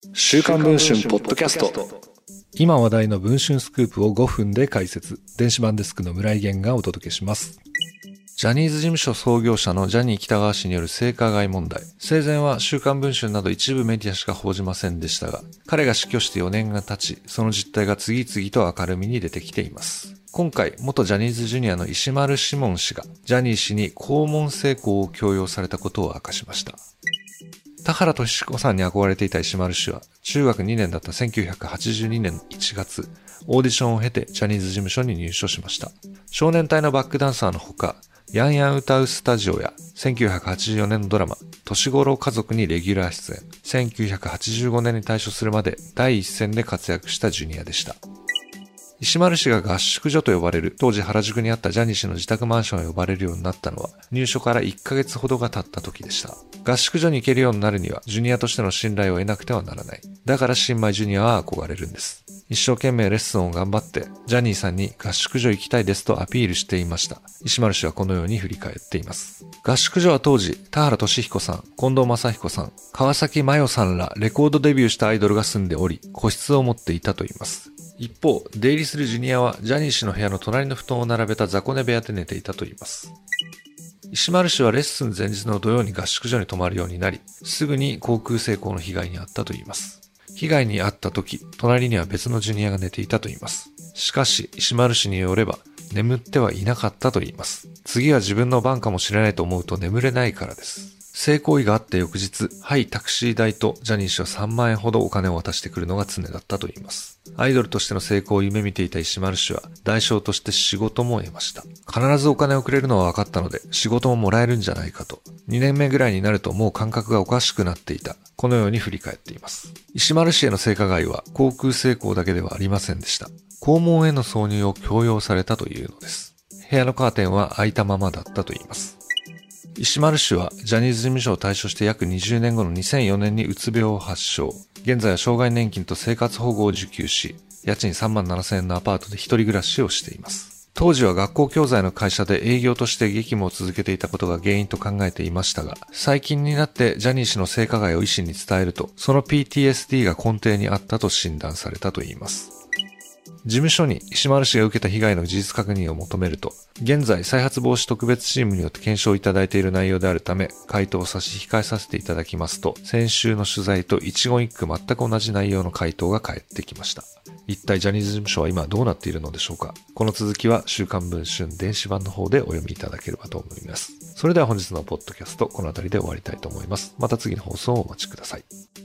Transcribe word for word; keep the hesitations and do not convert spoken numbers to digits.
週刊文春ポッドキャスト。 今話題の文春スクープをごふんで解説。電子版デスクの村井源がお届けします。ジャニーズ事務所創業者のジャニー喜多川氏による性加害問題。生前は週刊文春など一部メディアしか報じませんでしたが、彼が死去してよねんが経ち、その実態が次々と明るみに出てきています。今回、元ジャニーズジュニアの石丸志門氏が、ジャニー氏に肛門性交を強要されたことを明かしました。田原俊彦さんに憧れていた石丸氏は、中学にねんだったせんきゅうひゃくはちじゅうにねんいちがつ、オーディションを経てジャニーズ事務所に入所しました。少年隊のバックダンサーのほか、ヤンヤン歌うスタジオやせんきゅうひゃくはちじゅうよねんのドラマ、年頃家族にレギュラー出演、せんきゅうひゃくはちじゅうごねんに退所するまで第一線で活躍したジュニアでした。石丸氏が合宿所と呼ばれる当時原宿にあったジャニー氏の自宅マンションを呼ばれるようになったのは入所からいっかげつほどが経った時でした。合宿所に行けるようになるにはジュニアとしての信頼を得なくてはならない。だから新米ジュニアは憧れるんです。一生懸命レッスンを頑張ってジャニーさんに合宿所行きたいですとアピールしていました。石丸氏はこのように振り返っています。合宿所は当時田原俊彦さん、近藤正彦さん、川崎麻世さんらレコードデビューしたアイドルが住んでおり個室を持っていたといいます。一方、出入りするジュニアはジャニー氏の部屋の隣の布団を並べた雑魚寝部屋で寝ていたといいます。石丸氏はレッスン前日の土曜に合宿所に泊まるようになり、すぐに航空性交の被害に遭ったといいます。被害に遭った時、隣には別のジュニアが寝ていたといいます。しかし、石丸氏によれば、眠ってはいなかったといいます。次は自分の番かもしれないと思うと眠れないからです。性行為があって翌日、はいタクシー代とジャニー氏はさんまんえんほどお金を渡してくるのが常だったといいます。アイドルとしての成功を夢見ていた石丸氏は代償として仕事も得ました。必ずお金をくれるのは分かったので仕事ももらえるんじゃないかと。にねんめぐらいになるともう感覚がおかしくなっていた。このように振り返っています。石丸氏への性加害は航空性交だけではありませんでした。肛門への挿入を強要されたというのです。部屋のカーテンは開いたままだったといいます。石丸氏はジャニーズ事務所を退所して約にじゅうねんごのにせんよねんにうつ病を発症。現在は障害年金と生活保護を受給し、家賃さんまんななせんえんのアパートで一人暮らしをしています。当時は学校教材の会社で営業として激務を続けていたことが原因と考えていましたが、最近になってジャニー氏の性加害を医師に伝えると、その ピーティーエスディー が根底にあったと診断されたといいます。事務所に石丸氏が受けた被害の事実確認を求めると、現在再発防止特別チームによって検証いただいている内容であるため、回答を差し控えさせていただきますと、先週の取材と一言一句全く同じ内容の回答が返ってきました。一体ジャニーズ事務所は今どうなっているのでしょうか。この続きは週刊文春電子版の方でお読みいただければと思います。それでは本日のポッドキャスト、この辺りで終わりたいと思います。また次の放送をお待ちください。